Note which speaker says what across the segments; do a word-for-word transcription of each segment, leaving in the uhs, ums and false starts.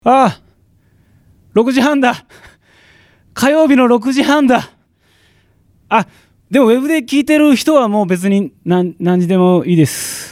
Speaker 1: ああ、ろくじはんだ。火曜日のろくじはんだ。あ、でもウェブで聞いてる人はもう別に 何, 何時でもいいです。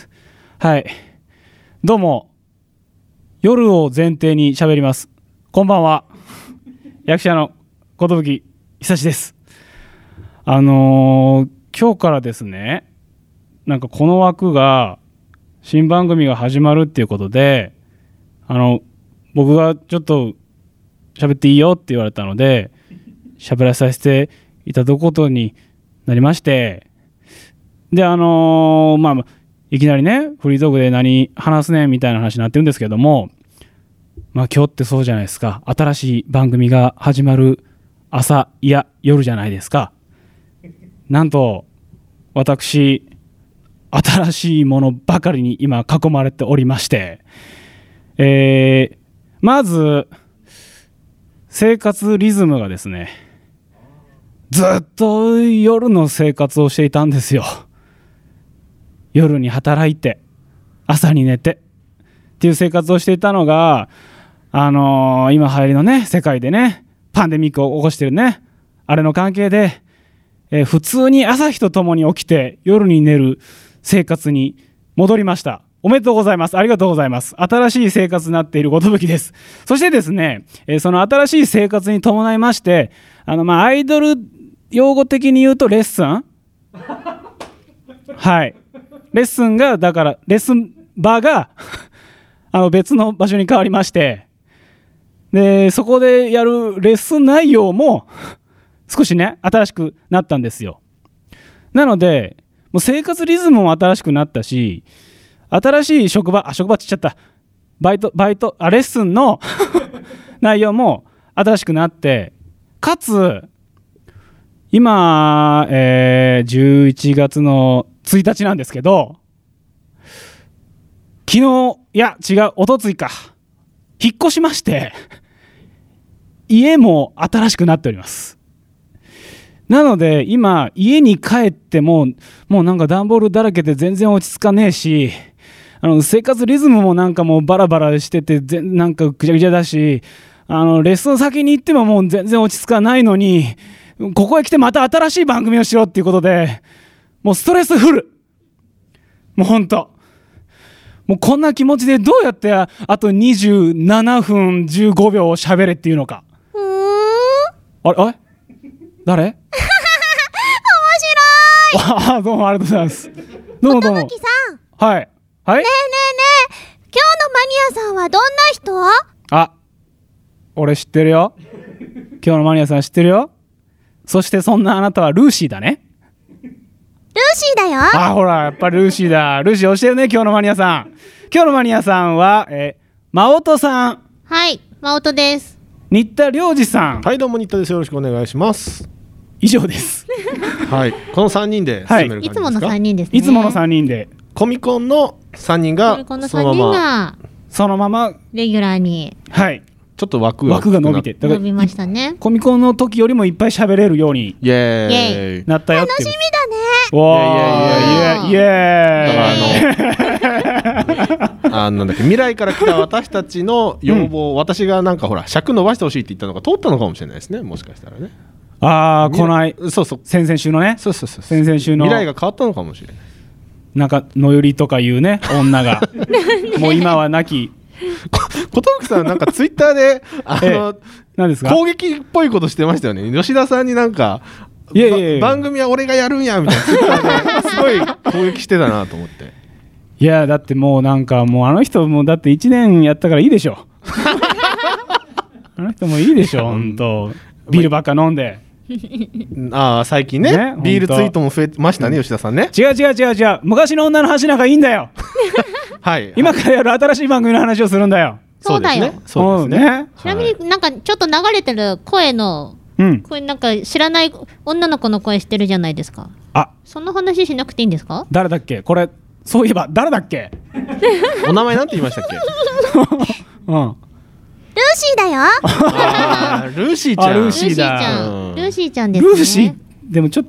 Speaker 1: はい。どうも、夜を前提に喋ります。こんばんは。役者の寿久志です。あのー、今日からですね、なんかこの枠が新番組が始まるっていうことで、あの僕がちょっと喋っていいよって言われたので喋らさせていただくことになりまして、であのー、まあいきなりねフリートークで何話すねんみたいな話になってるんですけども、まあ今日ってそうじゃないですか。新しい番組が始まる朝いや夜じゃないですか。なんと私新しいものばかりに今囲まれておりまして、えー、まず生活リズムがですね、ずっと夜の生活をしていたんですよ。夜に働いて朝に寝てっていう生活をしていたのが、あのー、今流行りのね世界でねパンデミックを起こしてるねあれの関係で、えー、普通に朝日とともに起きて夜に寝る生活に戻りました。おめでとうございます。ありがとうございます。新しい生活になっている寿です。そしてですね、えー、その新しい生活に伴いまして、あのまあアイドル用語的に言うとレッスンはいレッスンがだからレッスン場があの別の場所に変わりまして、でそこでやるレッスン内容も少しね新しくなったんですよ。なのでもう生活リズムも新しくなったし、新しい職場あ職場って言っちゃったバイトバイトあレッスンの内容も新しくなって、かつ今、えー、じゅういちがつのついたちなんですけど、昨日いや違う一昨日か引っ越しまして家も新しくなっております。なので今家に帰ってももうなんか段ボールだらけで全然落ち着かねえし、あの生活リズムもなんかもうバラバラしてて全なんかぐちゃぐちゃだし、あのレッスン先に行ってももう全然落ち着かないのに、ここへ来てまた新しい番組をしろっていうことでもうストレスフル、もうほんともうこんな気持ちでどうやってあとにじゅうななふんじゅうごびょうを喋れっていうのか。
Speaker 2: うーん
Speaker 1: あれあれ誰面
Speaker 2: 白い
Speaker 1: あどうもありがとうございます。どうもどうも。
Speaker 2: 寿さん、
Speaker 1: はいはい。ね
Speaker 2: えねえねえ、今日のマニアさんはどんな人？
Speaker 1: あ、俺知ってるよ。今日のマニアさん知ってるよ。そしてそんなあなたはルーシーだね。
Speaker 2: ルーシーだよ。
Speaker 1: あ、ほらやっぱりルーシーだ。ルーシー教えるね今日のマニアさん。今日のマニアさんは、えー、真音さん。
Speaker 2: はい、真音です。
Speaker 1: 新田良二さん。
Speaker 3: はい、どうも新田です。よろしくお願いします。
Speaker 1: 以上です
Speaker 3: はい、このさんにんで進める感じですか？
Speaker 2: いつものさんにんですね。
Speaker 1: いつものさんにんで
Speaker 3: コミコンのさんにんが
Speaker 2: コミコンのさんにんが
Speaker 1: そのまま
Speaker 2: レギュラーに
Speaker 1: はい
Speaker 3: ちょっと枠が
Speaker 1: 枠が伸びて、だから
Speaker 2: 伸びましたね。
Speaker 1: コミコンの時よりもいっぱい喋れるように
Speaker 3: イエーイ
Speaker 1: なったよって
Speaker 2: 楽しみだね。
Speaker 1: わーイエーイイエーイ
Speaker 3: だからあのあなんだっけ未来から来た私たちの要望、うん、私がなんかほら尺伸ばしてほしいって言ったのが通ったのかもしれないですね、もしかしたらね。
Speaker 1: ああこの間
Speaker 3: そうそう
Speaker 1: 先々週のね
Speaker 3: そうそうそう
Speaker 1: 先々週の
Speaker 3: 未来が変わったのかもしれない。
Speaker 1: なんか野よりとかいうね女がもう今は亡き
Speaker 3: 寿さんなんかツイッターであの、ええ、
Speaker 1: 何ですか
Speaker 3: 攻撃っぽいことしてましたよね。吉田さんになんか
Speaker 1: いやいやいや
Speaker 3: 番組は俺がやるんやみたいなツイッターですごい攻撃してたなと思って。
Speaker 1: いやだってもうなんかもうあの人もだっていちねんやったからいいでしょあの人もいいでしょ本当ビールばっか飲んで
Speaker 3: ああ最近 ね, ねビールツイートも増えましたね、うん、吉田さんね。
Speaker 1: 違う違う違う違う、昔の女の話なんかいいんだよはい今からやる新しい番組の話をするんだよ。
Speaker 2: そうだよ。
Speaker 1: そうですね。
Speaker 2: ちなみになんかちょっと流れてる声の、うん、これなんか知らない女の子の声してるじゃないですか。
Speaker 1: あ、
Speaker 2: そんな話しなくていいんですか？
Speaker 1: 誰だっけこれ。そういえば誰だっけ
Speaker 3: お名前なんて言いましたっけ
Speaker 1: うん、
Speaker 2: ルーシーだよ
Speaker 3: あルーシーちゃん。
Speaker 1: ルーシーだ。
Speaker 2: ルーシーちゃんですね。
Speaker 1: ルーシーでもちょっと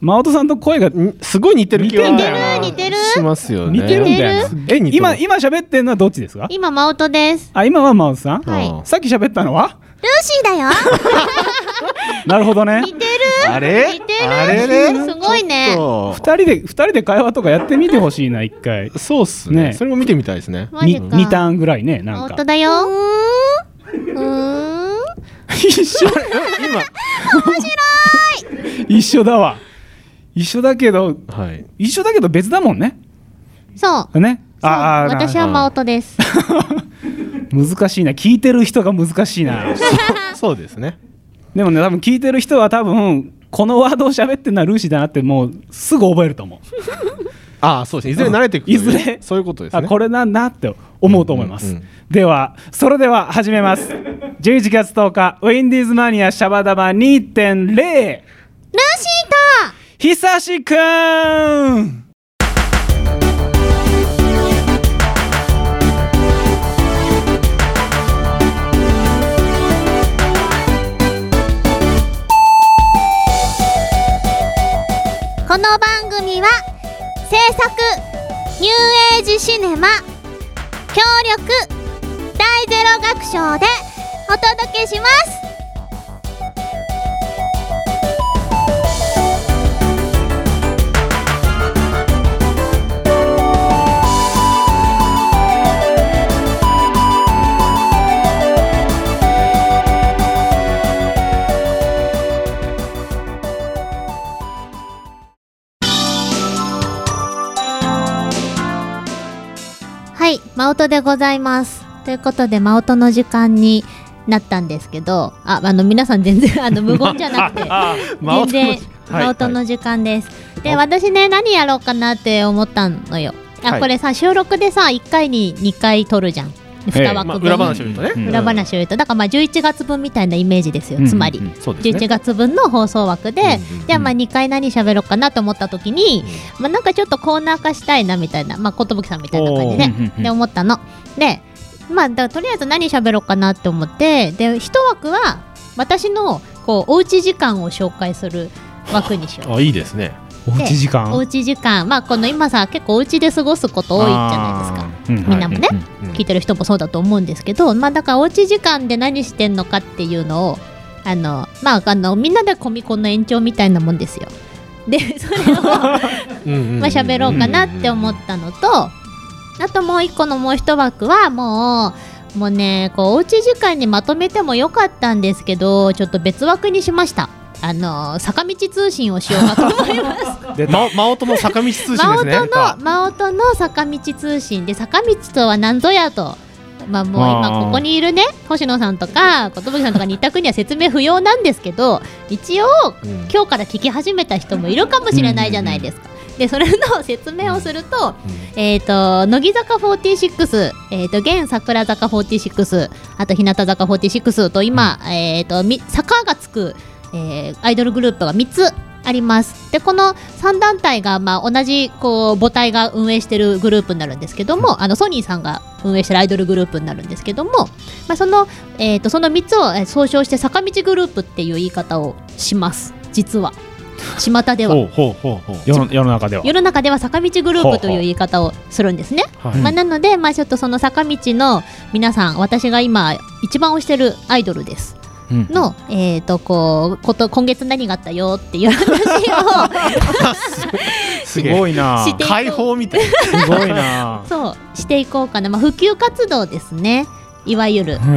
Speaker 1: 真音さんと声が
Speaker 3: すごい似てる気が
Speaker 2: 似てる似てる
Speaker 3: しますよね。
Speaker 1: 似てるんだよな。え、今今喋ってるのはどっちですか？
Speaker 2: 今真音です。
Speaker 1: あ、今は真音さん。
Speaker 2: はい。
Speaker 1: さっき喋ったのは？
Speaker 2: ルーシーだよ。
Speaker 1: なるほどね。
Speaker 2: 似てる。
Speaker 3: あれ？
Speaker 2: 似てる。
Speaker 3: あれれ？
Speaker 2: すごいね。
Speaker 1: 二人で二人で会話とかやってみてほしいな一回。
Speaker 3: そうっすね。それも見てみたいですね。
Speaker 1: に二ターンぐらいね、なんか。
Speaker 2: 本当だよ。うーん。
Speaker 1: 一緒。今。
Speaker 2: 面白
Speaker 1: い。一緒だわ。一緒だけど、
Speaker 3: はい。
Speaker 1: 一緒だけど別だもんね。
Speaker 2: そう。
Speaker 1: ね。
Speaker 2: ああ。私は真音です。
Speaker 1: 難しいな。聞いてる人が難しいな。
Speaker 3: そうですね。
Speaker 1: でもね、多分聞いてる人は多分このワードを喋ってるのはルーシーだなってもうすぐ覚えると思う。
Speaker 3: ああ、そうですね。いずれ慣れていくという。いずれそういうことですね。
Speaker 1: あ、これなんだって思うと思います。うんうんうん、ではそれでは始めます。じゅういちがつとおかウィンディーズマニアシャバダバ にてんゼロ ルーシー
Speaker 2: と
Speaker 1: 久しくん。
Speaker 2: この番組は制作ニューエイジシネマ協力大ゼロ学賞でお届けします。はい、真音でございます。ということで真音の時間になったんですけど、あ、あの皆さん全然あの無言じゃなくて全然真音の時間です。はいはい、で、私ね何やろうかなって思ったのよ。あ、はい、これさ収録でさいっかいににかい撮るじゃん。にわくぶん、まあ、
Speaker 3: 裏話を言うとね、うん、
Speaker 2: 裏話を言うとだからまあじゅういちがつぶんみたいなイメージですよ、うん、つまり、うんうんね、じゅういちがつぶんの放送枠で、うんうんうん、じゃあまあにかい何喋ろうかなと思った時に、うんまあ、なんかちょっとコーナー化したいなみたいな、まあ、寿さんみたいな感じで、で思ったので、まあ、だからとりあえず何喋ろうかなって思ってで一枠は私のこうおうち時間を紹介する枠にしよう。
Speaker 3: あ、いいですね。
Speaker 1: おうち時間
Speaker 2: おうち時間、まあ、この今さ結構おうちで過ごすこと多いじゃないですか、みんなもね、うん、聞いてる人もそうだと思うんですけど、まあ、だからおうち時間で何してんのかっていうのをあの、まあ、あのみんなでコミコンの延長みたいなもんですよ。でそれをまあ喋ろうかなって思ったのと、あともう一個のもう一枠はもうもうねこうおうち時間にまとめてもよかったんですけどちょっと別枠にしました。あの坂道通信をしようかと思います
Speaker 3: で、ま、真音の坂道通信ですね。
Speaker 2: 真音の真音の坂道通信で坂道とは何ぞやと、まあ、もう今ここにいるね星野さんとか寿さんとかに択には説明不要なんですけど一応、うん、今日から聞き始めた人もいるかもしれないじゃないですか、うんうんうん、でそれの説明をすると、うん、えーと乃木坂フォーティーシックス、えーと現桜坂フォーティーシックスあと日向坂フォーティーシックスと今、うんえーと坂がつくえー、アイドルグループがみっつあります。でこのさん団体が、まあ、同じこう母体が運営しているグループになるんですけども、あのソニーさんが運営しているアイドルグループになるんですけども、まあ、その、えーと、そのみっつを総称して坂道グループっていう言い方をします。実は巷では
Speaker 1: ほうほうほうほう世の、世の中では
Speaker 2: 世の中では坂道グループという言い方をするんですね。ほうほうまあ、なので、まあ、ちょっとその坂道の皆さん私が今一番推してるアイドルですの、うんえー、とこうこと今月何があったよっていう話を
Speaker 3: すごいな解放みたいな
Speaker 1: すごいな
Speaker 2: そうしていこうかな、まあ、普及活動ですね、いわゆる、うん、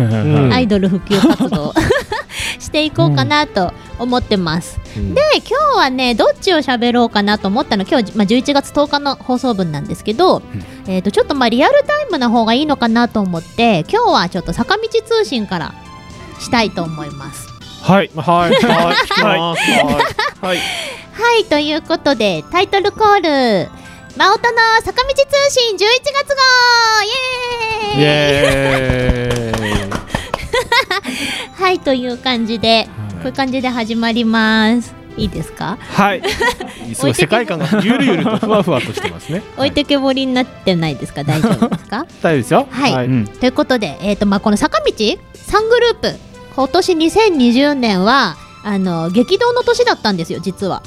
Speaker 2: アイドル普及活動していこうかなと思ってます、うん、で今日はねどっちを喋ろうかなと思ったの今日、まあ、じゅういちがつとおかの放送分なんですけど、うんえー、とちょっとまあリアルタイムな方がいいのかなと思って今日はちょっと坂道通信からしたいと思います。
Speaker 1: はいはいはい聞きますはい
Speaker 2: はい、はい、ということでタイトルコール真音の坂道通信じゅういちがつ号イエーイイエーイはいという感じで、はい、こういう感じで始まります。いいですか？
Speaker 1: はい
Speaker 3: すごい世界観がゆるゆるとふわふわとしてますね
Speaker 2: 置いてけぼりになってないですか？大丈夫ですか？
Speaker 1: 大丈夫ですよ。
Speaker 2: はい、はいうん、ということで、えーとまあ、この坂道さんグループ今年にせんにじゅうねんはあの激動の年だったんですよ実は。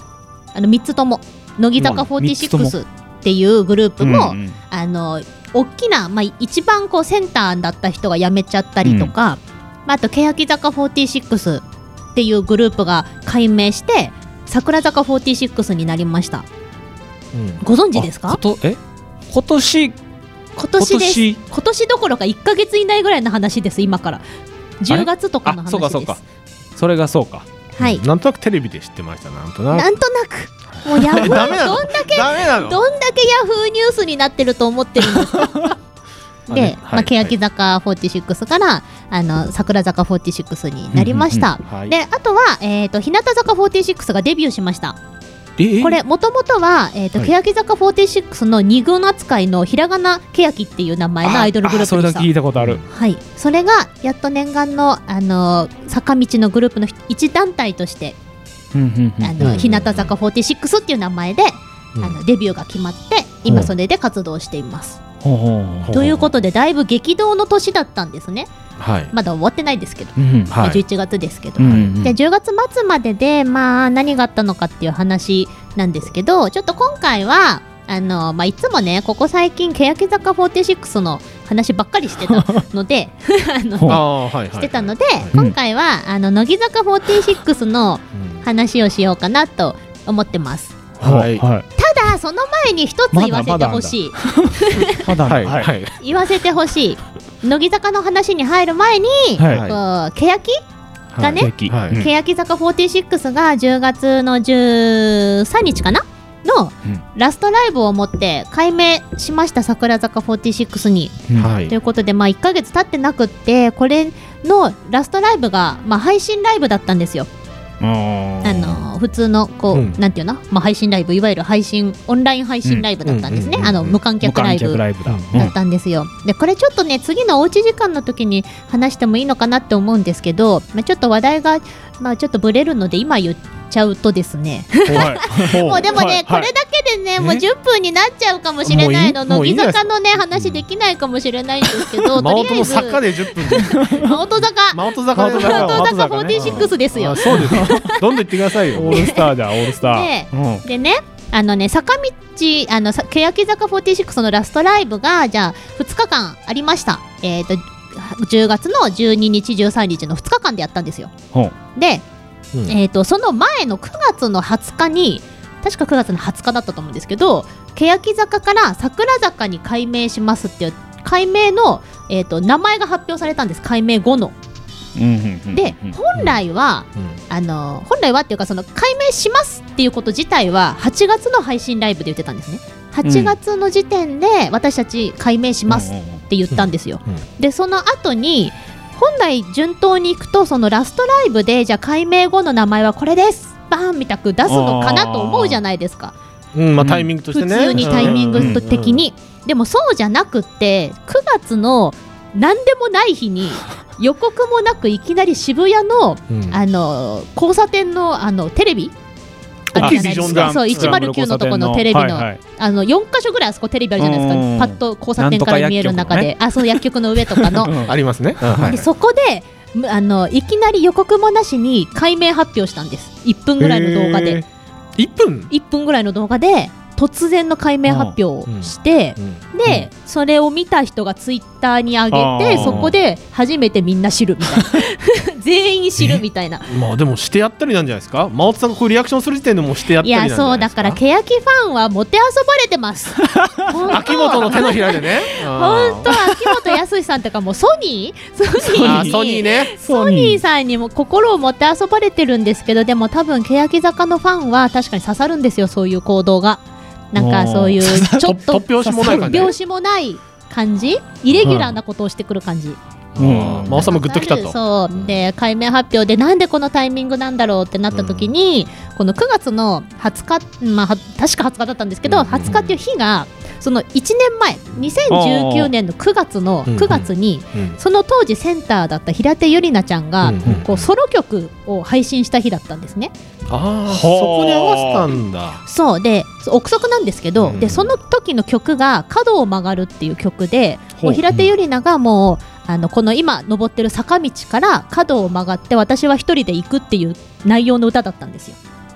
Speaker 2: あのみっつとも乃木坂フォーティーシックスっていうグループも、
Speaker 1: うんうん、
Speaker 2: あの大きな、まあ、一番こうセンターだった人が辞めちゃったりとか、うんまあ、あと欅坂フォーティーシックスっていうグループが改名して桜坂フォーティーシックスになりました、うん、ご存知ですか？
Speaker 1: ことえ今年
Speaker 2: 今年です。今年どころかいっかげつ以内ぐらいの話です。今からじゅうがつとかの話です。
Speaker 1: そうかそうかそれがそうか、
Speaker 2: はい、
Speaker 3: なんとなくテレビで知ってました。なんとなく
Speaker 2: なんとなくもうヤフーどんだけどんだけヤフーニュースになってると思ってるんですかで、はいまあ、欅坂フォーティーシックスからあの桜坂フォーティーシックスになりました、うんうんうん、であとは、えーと、日向坂フォーティーシックスがデビューしました。えー、これもともとは、えーとはい、欅坂フォーティーシックスのに軍扱いのひらがな欅っていう名前のアイドルグループでした。
Speaker 1: それだけ聞いたことある、
Speaker 2: はい、それがやっと念願の、あのー、坂道のグループの一団体として、うんうんうん、あの日向坂フォーティーシックスっていう名前で、うん、あのデビューが決まって今それで活動しています、うん、ということでだいぶ激動の年だったんですね、はい、まだ終わってないですけど、うんまあ、じゅういちがつですけど、はい、でじゅうがつ末までで、まあ、何があったのかっていう話なんですけど、ちょっと今回はあの、まあ、いつもねここ最近欅坂フォーティーシックスの話ばっかりしてたのであの、あ、はいはい、してたので、うん、今回はあの乃木坂フォーティーシックスの話をしようかなと思ってます、はいはい、ただその前に一つ言わせてほしいまだまだはい、言わせてほしい乃木坂の話に入る前に、はい、こう欅がね、はい、欅坂フォーティーシックスがじゅうがつのじゅうさんにちかなのラストライブをもって改名しました。桜坂フォーティーシックスに、はい、ということで、まあ、いっかげつ経ってなくってこれのラストライブが、まあ、配信ライブだったんですよ。あの普通のこう、うん、なんていうの、まあ、配信ライブ、いわゆる配信オンライン配信ライブだったんですね、うん、あの無観客ライブだったんですよ。でこれちょっとね次のおうち時間の時に話してもいいのかなって思うんですけど、まあ、ちょっと話題が、まあ、ちょっとブレるので今言っちゃうとですねもうでもね、はい、これだけでねもうじゅっぷんになっちゃうかもしれないの。乃木坂のね話できないかもしれないんですけど、とりあえず坂でじゅっぷん真音坂真音坂フォーティーシックスですよ。
Speaker 3: そうですよどんどん言ってくださいよ
Speaker 1: オールスターだオールスター
Speaker 2: で、うん、でねあのね坂道あの欅坂フォーティーシックスのラストライブがじゃあふつかかんありました。えーとじゅうがつのじゅうににちじゅうさんにちのふつかかんでやったんですよ。でうんえー、とその前のくがつのはつかに確かくがつのはつかだったと思うんですけど、欅坂から桜坂に改名しますっていう改名の、えー、と名前が発表されたんです。改名後の、うんうんうん、で本来は、うん、あの本来はっていうかその改名しますっていうこと自体ははちがつの配信ライブで言ってたんですね。はちがつの時点で私たち改名しますって言ったんですよ、うんうんうん、でその後に本来順当にいくとそのラストライブでじゃあ改名後の名前はこれですバーンみたく出すのかなと思うじゃないですか、
Speaker 3: うんまあ、タイミングとしてね
Speaker 2: 普通にタイミング的に、うん、でもそうじゃなくってくがつの何でもない日に予告もなくいきなり渋谷の、うん、あの交差点 の, あのテレビあるじゃないですか。そういちまるきゅうのとこのテレビ の,、はいはい、あのよんかしょぐらいあそこテレビあるじゃないですか。パッと交差点から見える中で、ね、あそう薬局の上とかの
Speaker 3: ありますね、
Speaker 2: でそこであのいきなり予告もなしに改名発表したんです。いっぷんぐらいの動画で
Speaker 3: いっぷん ?いっ
Speaker 2: 分ぐらいの動画で突然の改名発表をして、うんうん、で、うん、それを見た人がツイッターに上げてそこで初めてみんな知るみたいな全員知るみたいな。
Speaker 3: まあでもしてやったりなんじゃないですか。真央さんがこういうリアクションする時点でもうしてやったりなんじゃないですか。
Speaker 2: いやそうだから欅ファンはもてあそばれてます
Speaker 3: 秋元の手のひらでね
Speaker 2: 本当秋元康さんとかもソニーソニー
Speaker 3: ソニーね
Speaker 2: ソニーさんにも心をもてあそばれてるんですけど、でも多分欅坂のファンは確かに刺さるんですよ、そういう行動が。なんかそういうちょっと
Speaker 3: 突拍子もない感じ、
Speaker 2: 突拍子もない感じ、イレギュラーなことをしてくる感じ、
Speaker 3: 真央さんもグッときたと。
Speaker 2: そうで改名発表でなんでこのタイミングなんだろうってなった時に、うん、このくがつのはつか、まあ、確かはつかだったんですけど、うん、はつかっていう日がそのいちねんまえにせんじゅうきゅうねんのくがつのくがつに、うん、その当時センターだった平手友梨奈ちゃんが、うん、こうソロ曲を配信した日だったんですね。
Speaker 3: あそこに合わせたんだ。
Speaker 2: そうで憶測なんですけど、うん、でその時の曲が角を曲がるっていう曲で、もう平手友梨奈がもうあのこの今登ってる坂道から角を曲がって私は一人で行くっていう内容の歌だったんですよ。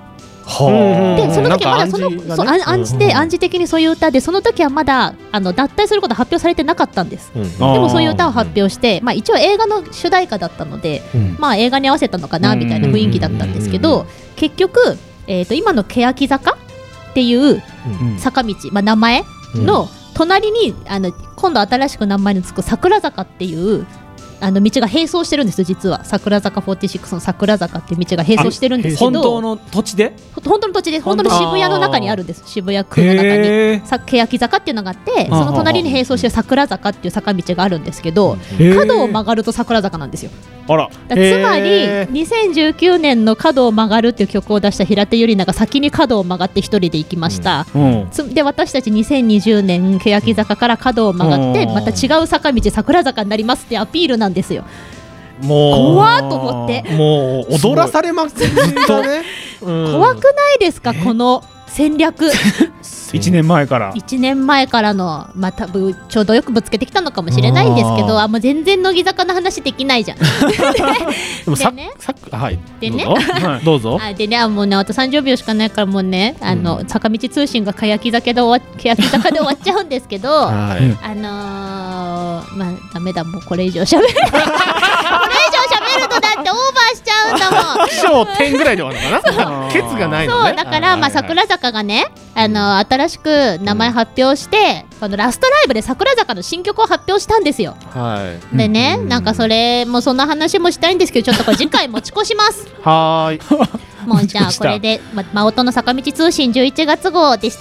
Speaker 1: は
Speaker 2: でその時はまだその
Speaker 3: なんか
Speaker 2: そう
Speaker 3: 暗示がね
Speaker 2: 暗暗示で暗示的にそういう歌で、その時はまだあの脱退することは発表されてなかったんです。
Speaker 3: うん
Speaker 1: あー
Speaker 2: でもそういう歌を発表して、まあ、一応映画の主題歌だったので、
Speaker 3: うん
Speaker 2: まあ、映画に合わせたのかなみたいな雰囲気だったんですけ
Speaker 3: うん
Speaker 2: ど、結局、えー、と今の欅坂っていう坂道、まあ、名前の隣にあの今度新しく名前のつく桜坂っていうあの道が並走してるんですよ。実は桜坂フォーティシックスの桜坂っていう道が並走してるんですけど、
Speaker 1: 本当の土地で
Speaker 2: 本当の土地で本当の渋谷の中にあるんです。渋谷区の中に
Speaker 1: へ
Speaker 2: さ欅坂っていうのがあって、
Speaker 1: あ
Speaker 2: その隣に並走してる桜坂っていう坂道があるんですけど、
Speaker 1: ー
Speaker 2: 角を曲がると桜坂なんですよ。
Speaker 1: あら
Speaker 2: だからつま
Speaker 3: へー
Speaker 2: りにせんじゅうきゅうねんの角を曲がるっていう曲を出した平手友梨奈が先に角を曲がって一人で行きました、
Speaker 1: うん
Speaker 2: つで私たちにせんにじゅうねん欅坂から角を曲がって
Speaker 1: うん
Speaker 2: また違う坂道桜坂になりますってアピールなんですよ。
Speaker 3: もう
Speaker 2: 怖っと思って
Speaker 3: もう踊らされますずっとね、うん
Speaker 2: 怖くないですかこの戦略
Speaker 1: いちねんまえから
Speaker 2: いちねんまえからの、まあ、多分ちょうどよくぶつけてきたのかもしれないんですけど、
Speaker 1: あー
Speaker 2: あもう全然乃木坂の話できないじゃん
Speaker 3: でもさ
Speaker 2: でね
Speaker 3: さはい
Speaker 2: でね
Speaker 3: どうぞどうぞ
Speaker 2: あでねあもうねあとさんじゅうびょうしかないからもうねあの、
Speaker 3: うん
Speaker 2: 坂道通信が欅坂で終わ欅坂で終わっちゃうんですけどあ
Speaker 3: はい
Speaker 1: うん
Speaker 2: のー、まあダメだもうこれ以上喋るこれ以上喋るとだってオーバーしちゃうんだもん
Speaker 3: 起承点ぐらいで終わるのかなケツがないのね
Speaker 2: そうだから、まあ、
Speaker 3: はいはい
Speaker 2: 桜坂がね、あの新しく名前発表して、このラストライブで桜坂の新曲を発表したんですよ。
Speaker 3: はい
Speaker 2: でね、
Speaker 3: うん
Speaker 2: なんかそれもそんな話もしたいんですけど、ちょっとこれ次回持ち越します。
Speaker 3: はーい
Speaker 2: もうじゃあ
Speaker 1: 持ち越した
Speaker 2: これで、ま、真音の坂道通信じゅういちがつ号でした。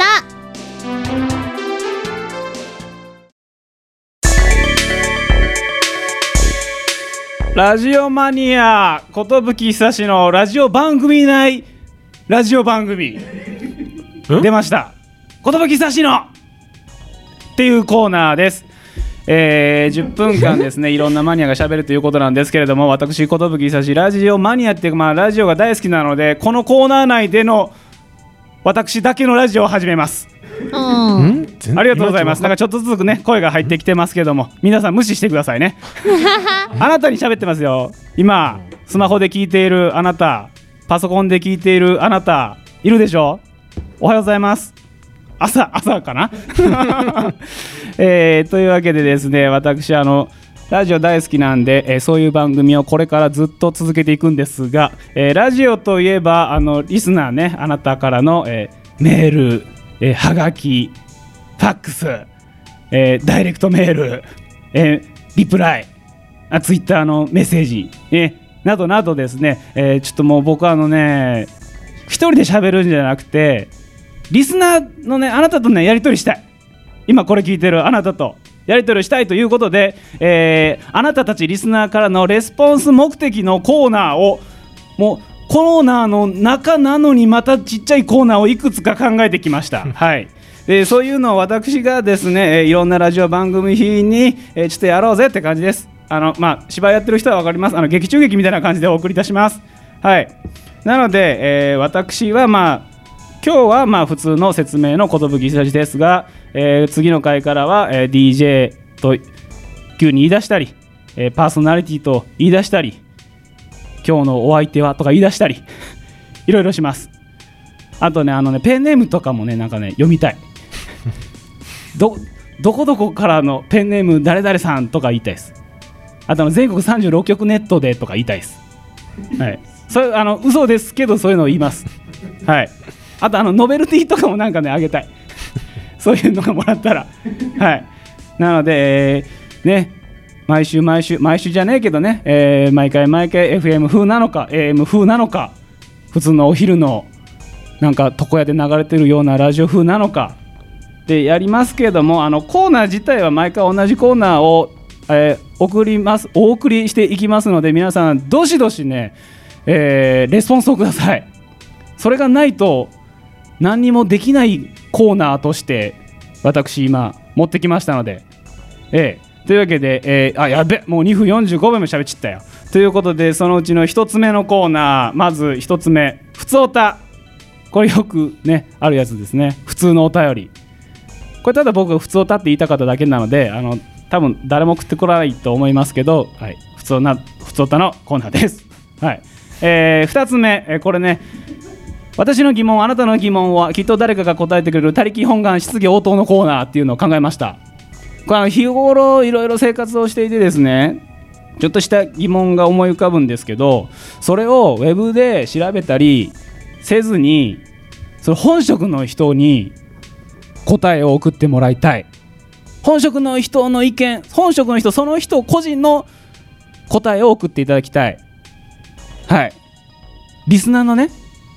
Speaker 1: ラジオマニア寿久志のラジオ番組内ラジオ番組出ました寿久志のっていうコーナーです。えー、じゅっぷんかんですねいろんなマニアがしゃべるということなんですけれども、私寿久志ラジオマニアっていうか、まあ、ラジオが大好きなのでこのコーナー内での私だけのラジオを始めます。
Speaker 2: うん
Speaker 1: ありがとうございます。なんかちょっとずつね声が入ってきてますけども、皆さん無視してくださいね。あなたに喋ってますよ。今スマホで聞いているあなた、パソコンで聞いているあなたいるでしょ。おはようございます。朝朝かな、えー、というわけでですね、私あのラジオ大好きなんで、えー、そういう番組をこれからずっと続けていくんですが、えー、ラジオといえばあのリスナーね、あなたからの、えー、メール、えー、はがき、ファックス、えー、ダイレクトメール、えー、リプライ、あツイッターのメッセージ、えー、などなどですね、えー、ちょっともう僕はあのね一人で喋るんじゃなくてリスナーのねあなたとねやり取りしたい。今これ聞いてるあなたとやり取りしたいということで、えー、あなたたちリスナーからのレスポンス目的のコーナーをもうコーナーの中なのにまたちっちゃいコーナーをいくつか考えてきました。はい。でそういうのを私がですね、えー、いろんなラジオ番組に、えー、ちょっとやろうぜって感じです。あのまあ芝居やってる人は分かります。あの劇中劇みたいな感じでお送りいたします。はい。なので、えー、私はまあ今日はまあ普通の説明の寿久志ですが、えー、次の回からは、えー、ディージェー と急に言い出したり、えー、パーソナリティと言い出したり、今日のお相手はとか言い出したりいろいろします。あとねあのねペンネームとかもねなんかね読みたいどどこどこからのペンネーム誰々さんとか言いたいです。あと全国さんじゅうろっきょくネットでとか言いたいです。はい、それあの嘘ですけどそういうのを言います。はい。あとあのノベルティとかもなんかねあげたいそういうのがもらったらはいなので、えー、ね毎週毎週毎週じゃねえけどね、えー、毎回毎回 エフエム 風なのか エーエム 風なのか普通のお昼のなんか床屋で流れてるようなラジオ風なのかでやりますけれども、あのコーナー自体は毎回同じコーナーを、えー、送りますお送りしていきますので、皆さんどしどしね、えー、レスポンスをください。それがないと何にもできないコーナーとして私今持ってきましたので、ええ、というわけで、えー、あやべもうにふんよんじゅうごびょうも喋っちゃったよということで、そのうちのひとつめのコーナー、まずひとつめふつおた、これよくねあるやつですね。普通のお便り、これただ僕がふつおたって言いたかっただけなので、あの多分誰も送ってこないと思いますけど、はい、普通なふつおたのコーナーです。はい、えー、ふたつめ、えー、これね私の疑問、あなたの疑問はきっと誰かが答えてくれる他力本願質疑応答のコーナーっていうのを考えました。これは日頃いろいろ生活をしていてですね、ちょっとした疑問が思い浮かぶんですけど、それをウェブで調べたりせずに、その本職の人に答えを送ってもらいたい。本職の人の意見、本職の人その人個人の答えを送っていただきたい。はい、リスナーのね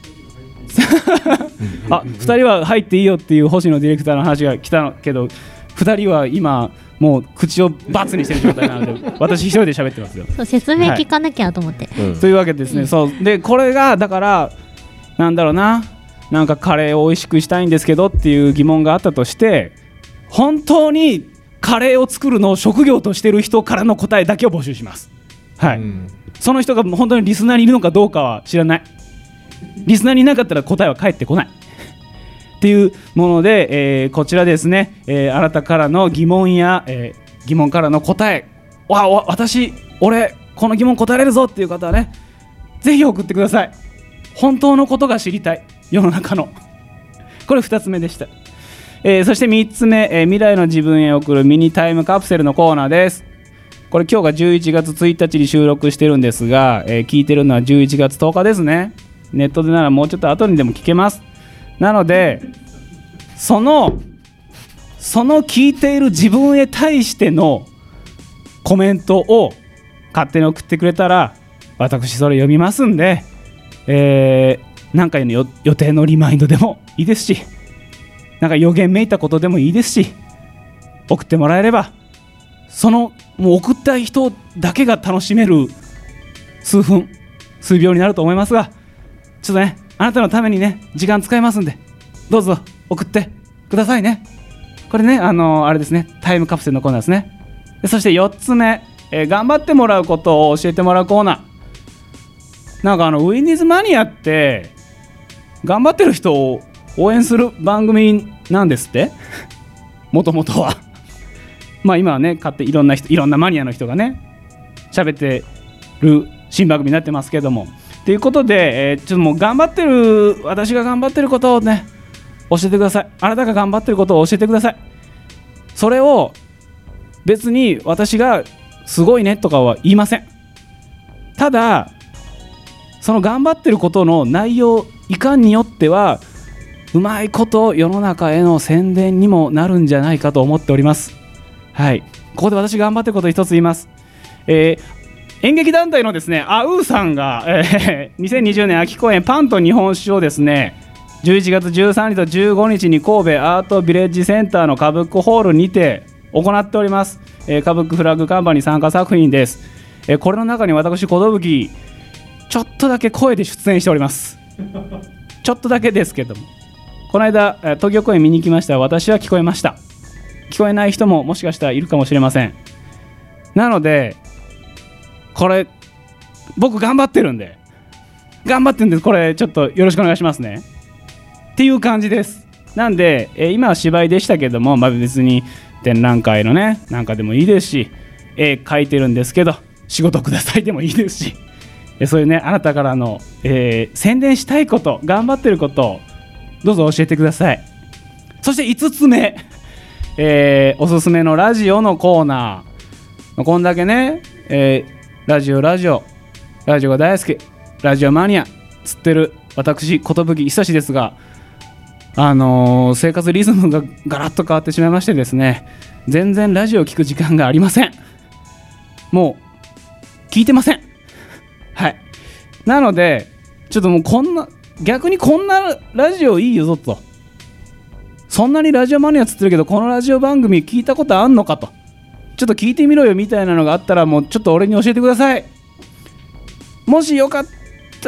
Speaker 1: あ、ふたりは入っていいよっていう星野ディレクターの話が来たけど、ふたりは今もう口をバツにしてる状態なので私一人で喋ってますよ。
Speaker 2: そう、説明聞かなきゃと思って、
Speaker 1: はい、というわけですね、うん、そうで、これがだからなんだろうな、なんかカレーを美味しくしたいんですけどっていう疑問があったとして、本当にカレーを作るのを職業としてる人からの答えだけを募集します。はい、うん、その人が本当にリスナーにいるのかどうかは知らない。リスナーにいなかったら答えは返ってこないっていうもので、えー、こちらですね、えー、あなたからの疑問や、えー、疑問からの答え、わわ私俺この疑問答えれるぞっていう方はね、ぜひ送ってください。本当のことが知りたい、世の中の。これふたつめでした。えー、そしてみっつめ、えー、未来の自分へ送るミニタイムカプセルのコーナーです。これ今日がじゅういちがつついたちに収録してるんですが、えー、聞いてるのはじゅういちがつとおかですね。ネットでならもうちょっと後にでも聞けます。なのでそのその聞いている自分へ対してのコメントを勝手に送ってくれたら、私それ読みますんで、えー、なんかの予定のリマインドでもいいですし、なんか予言めいたことでもいいですし、送ってもらえれば、そのもう送った人だけが楽しめる数分数秒になると思いますが、ちょっとね、あなたのためにね時間使いますんで、どうぞ送ってくださいね。これね、あのー、あれですね、タイムカプセルのコーナーですね。でそしてよっつめ、えー、頑張ってもらうことを教えてもらうコーナー。なんかあのウィンディーズマニアって頑張ってる人を応援する番組なんですってもともとはまあ今はね、買っていろんな人、いろんなマニアの人がね喋ってる新番組になってますけども、ということで、えー、ちょっともう頑張ってる、私が頑張ってることをね教えてください。あなたが頑張ってることを教えてください。それを別に私がすごいねとかは言いません。ただその頑張ってることの内容いかんによってはうまいこと世の中への宣伝にもなるんじゃないかと思っております。はい、ここで私頑張ってることを一つ言います。えー演劇団体のですね、アウーさんが、えー、にせんにじゅうねん秋公演パンと日本酒をですね、じゅういちがつじゅうさんにちとじゅうごにちに神戸アートビレッジセンターの歌舞伎ホールにて行っております。えー、歌舞伎フラッグカンパニー参加作品です。えー、これの中に私小吹ちょっとだけ声で出演しておりますちょっとだけですけども、この間東京公演見に行きました。私は聞こえました。聞こえない人ももしかしたらいるかもしれません。なのでこれ僕頑張ってるんで頑張ってるんで、これちょっとよろしくお願いしますねっていう感じです。なんで、えー、今は芝居でしたけども、まあ、別に展覧会のねなんかでもいいですし、絵描いてるんですけど仕事くださいでもいいですし、えそういうねあなたからの、えー、宣伝したいこと、頑張ってることをどうぞ教えてください。そしていつつめ、えー、おすすめのラジオのコーナー。こんだけね、えーラジオラジオラジオが大好き、ラジオマニアつってる私寿久志ですが、あのー、生活リズムがガラッと変わってしまいましてですね、全然ラジオを聞く時間がありません。もう聞いてません。はい、なのでちょっともうこんな逆にこんなラジオいいよぞと、そんなにラジオマニアつってるけどこのラジオ番組聞いたことあんのかと、ちょっと聞いてみろよみたいなのがあったら、もうちょっと俺に教えてください。もしよかった、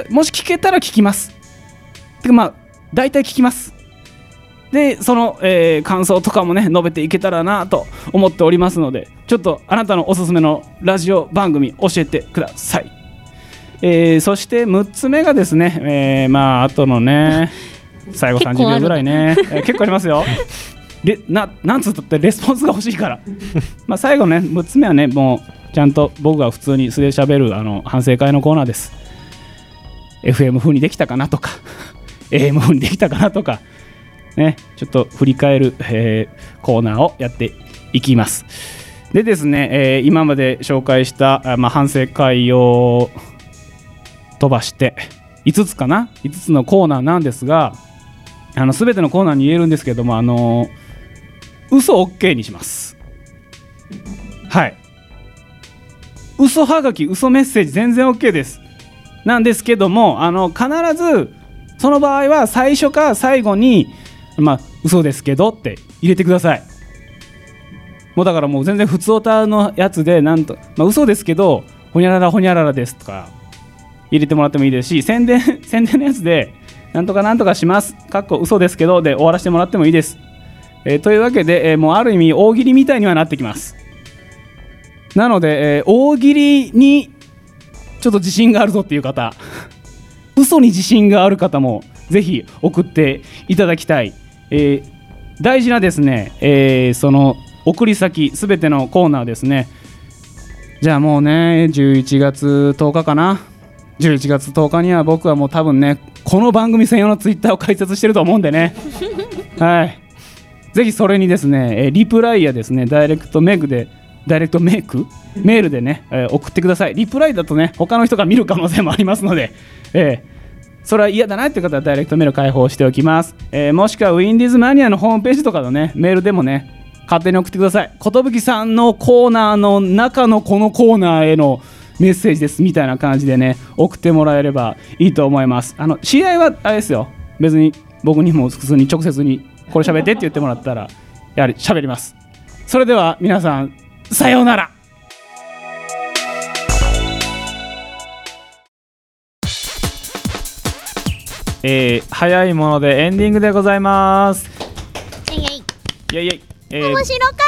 Speaker 1: もし聞けたら聞きます。てかまあ大体聞きます。でその、えー、感想とかもね述べていけたらなと思っておりますので、ちょっとあなたのおすすめのラジオ番組教えてください。えー、そしてむっつめがですね、えー、まああとのね最後さんじゅうびょうぐらいね、えー、結構ありますよレな, なんつったってレスポンスが欲しいからまあ最後ねむっつめはね、もうちゃんと僕が普通に素で喋るあの反省会のコーナーです。 エフエム 風にできたかなとかええものにできたかなとかね、ちょっと振り返る、えー、コーナーをやっていきます。でですね、えー、今まで紹介した、まあ、反省会を飛ばしていつつかないつつのコーナーなんですが、あの全てのコーナーに言えるんですけども、あのー、嘘 OK にします。はい、嘘はがき嘘メッセージ全然 OK ですなんですけども、あの必ずその場合は最初か最後にまあ嘘ですけどって入れてください。もうだからもう全然普通オタのやつでなんと、まあ、嘘ですけどほにゃららほにゃららですとか入れてもらってもいいですし、宣伝宣伝のやつでなんとかなんとかしますかっこ嘘ですけどで終わらせてもらってもいいです。えー、というわけで、えー、もうある意味大喜利みたいにはなってきます。なので、えー、大喜利にちょっと自信があるぞっていう方嘘に自信がある方もぜひ送っていただきたい。えー、大事なですね、えー、その送り先すべてのコーナーですね。じゃあもうねじゅういちがつとおかかな、じゅういちがつとおかには僕はもう多分ねこの番組専用のツイッターを開設してると思うんでねはい、ぜひそれにですね、えー、リプライやですねダイレクトメールでダイレクトメークメールでね、えー、送ってください。リプライだとね他の人が見る可能性もありますので、えーそれは嫌だなっていう方はダイレクトメール開放しておきます。えー、もしくはウィンディーズマニアのホームページとかのねメールでもね勝手に送ってください。ことぶきさんのコーナーの中のこのコーナーへのメッセージですみたいな感じでね送ってもらえればいいと思います。あの知り合いはあれですよ、別に僕にも普通に直接にこれ喋ってって言ってもらったらやはり喋ります。それでは皆さんさようなら。えー、早いものでエンディングでございます。
Speaker 2: イエイ
Speaker 1: イエイイエイ、えー、
Speaker 2: 面白か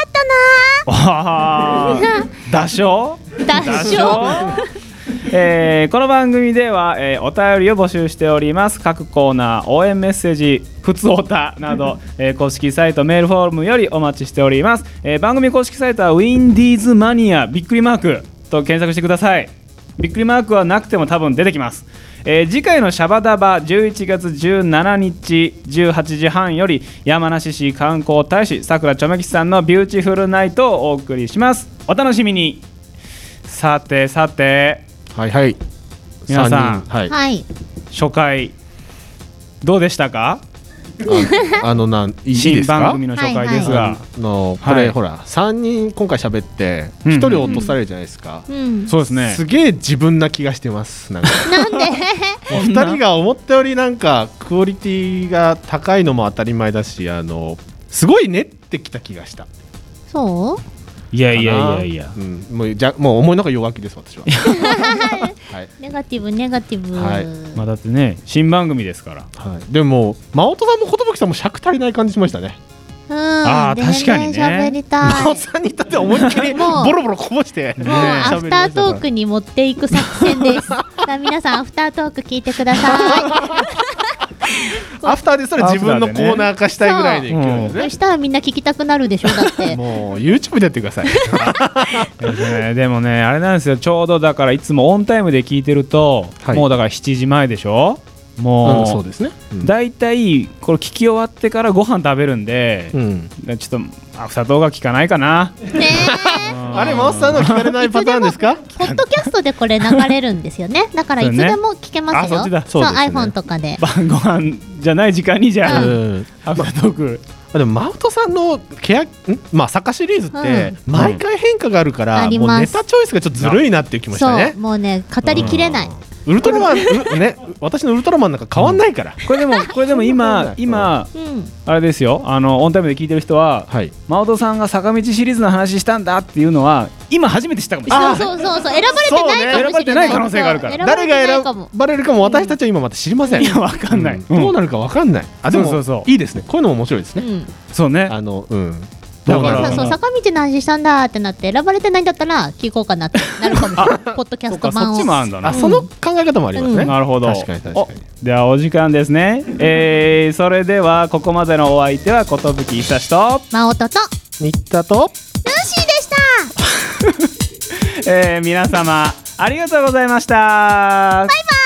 Speaker 2: った
Speaker 1: なー。打賞
Speaker 2: 打賞
Speaker 1: えー、この番組では、えー、お便りを募集しております。各コーナー応援メッセージふつおたなど、えー、公式サイトメールフォームよりお待ちしております。えー、番組公式サイトはウィンディーズマニアびっくりマークと検索してください。びっくりマークはなくても多分出てきます。えー、次回のシャバダバじゅういちがつじゅうしちにちじゅうはちじはんより山梨市観光大使さくらちょめきさんのビューティフルナイトをお送りします。お楽しみに。さてさて、
Speaker 3: はいはい、
Speaker 1: 皆さん、
Speaker 3: はい
Speaker 2: はい、
Speaker 1: 初回どうでしたか？
Speaker 3: あ, あのなんいいですか？
Speaker 1: 新番組の初回ですが、
Speaker 3: はいはい、あのこれ、はい、ほらさんにん今回喋ってひとり落とされるじゃないですか、
Speaker 2: うんうん、
Speaker 1: そうですね。
Speaker 3: すげえ自分な気がしてます。なんか
Speaker 2: なんで
Speaker 3: ふたりが思ったよりなんかクオリティが高いのも当たり前だし、あのすごい練ってきた気がした。
Speaker 2: そう
Speaker 1: いやいやいやいや、
Speaker 3: うん、もうじゃもう思いの中弱気です私は
Speaker 2: はい、ネガティブネガティブ、
Speaker 3: はい、
Speaker 1: まあ、だってね新番組ですから、
Speaker 2: は
Speaker 3: い、でも真音さんも寿さんも尺足りない感じしましたね。
Speaker 2: うん、
Speaker 1: あー確かにね。
Speaker 2: 喋りたい。
Speaker 3: 真音さんにとって思いっきりボロボロこぼして
Speaker 2: もうアフタートークに持っていく作戦です。さあ皆さんアフタートーク聞いてください。
Speaker 3: アフターでそれ自分のコーナー化したいぐらいの勢いでね。
Speaker 2: そしたらみんな聞きたくなるでしょ。だって
Speaker 3: もう YouTube でやってください。
Speaker 1: でもねあれなんですよ、ちょうどだからいつもオンタイムで聞いてると、はい、もうだからしちじまえでしょ。もう、
Speaker 3: そうですね、うん、
Speaker 1: だいたいこれ聞き終わってからご飯食べるんで、うん、ちょっとアフター動画聞かないかな、ね、
Speaker 3: あれマスターの聞かれないパターンですか？
Speaker 2: ポッドキャストでこれ流れるんですよね。だからいつでも聞けますよ。
Speaker 1: そっちだ。
Speaker 2: そう、iPhone とかで
Speaker 1: 晩ご飯じゃない時間にじゃあ、うん、アフタートーク、
Speaker 3: まあ、でもマウトさんのケアんまあサッカーシリーズって毎回変化があるから、うん、もうネタチョイスがちょっとずるいなっていう気もしたね。
Speaker 2: そうもうね語りきれない、
Speaker 3: ウルトラマンね、私のウルトラマンなんか変わんないから、
Speaker 1: うん、これでもこれでも今今、うん、あれですよ、あのオンタイムで聞いてる人は、はい、真音さんが坂道シリーズの話したんだっていうのは今初めて知ったかもしれない。
Speaker 2: そうそうそうそう、選ばれてないかもしれない、
Speaker 1: ね、選ばれてない可能性があるから、
Speaker 3: 誰が選ばれるかも私たちは今また知りません。
Speaker 1: いやわかんない、
Speaker 3: うん、どうなるかわかんない。あでも
Speaker 1: そうそうそう、
Speaker 3: いいですね、こういうのも面白いですね、うん、
Speaker 1: そうね、
Speaker 3: あのうん
Speaker 2: だからそう坂道の話したんだってなって選ばれてないんだったら聞こうかなってなるかもしれない。ポッドキャスト版を。
Speaker 1: そっちもあるんだな、
Speaker 3: あその考え方もありますね、うん、
Speaker 1: なるほど、
Speaker 3: 確かに確かに。
Speaker 1: ではお時間ですね、えー、それではここまでのお相手は寿久志と
Speaker 2: 真音と
Speaker 3: 新田と
Speaker 2: ルーシーでした。
Speaker 1: えー、皆様ありがとうございました。
Speaker 2: バイバイ。